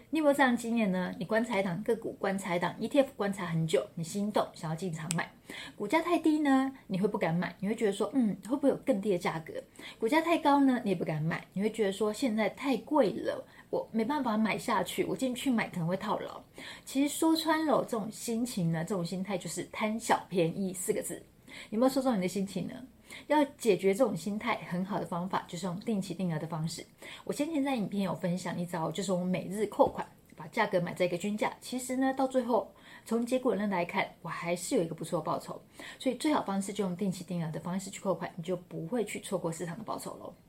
你有没有这样的经验呢？你观察一档个股，观察一档 ETF， 观察很久，你心动想要进场买，股价太低呢，你会不敢买，你会觉得说，会不会有更低的价格？股价太高呢，你也不敢买，你会觉得说现在太贵了，我没办法买下去，我进去买可能会套牢。其实说穿了，这种心情呢，这种心态就是贪小便宜4个字。有没有说中你的心情呢？要解决这种心态，很好的方法就是用定期定额的方式。我先前在影片有分享一招，就是我们每日扣款，把价格买在一个均价。其实呢，到最后从结果论来看，我还是有一个不错的报酬。所以最好方式就用定期定额的方式去扣款，你就不会去错过市场的报酬喽。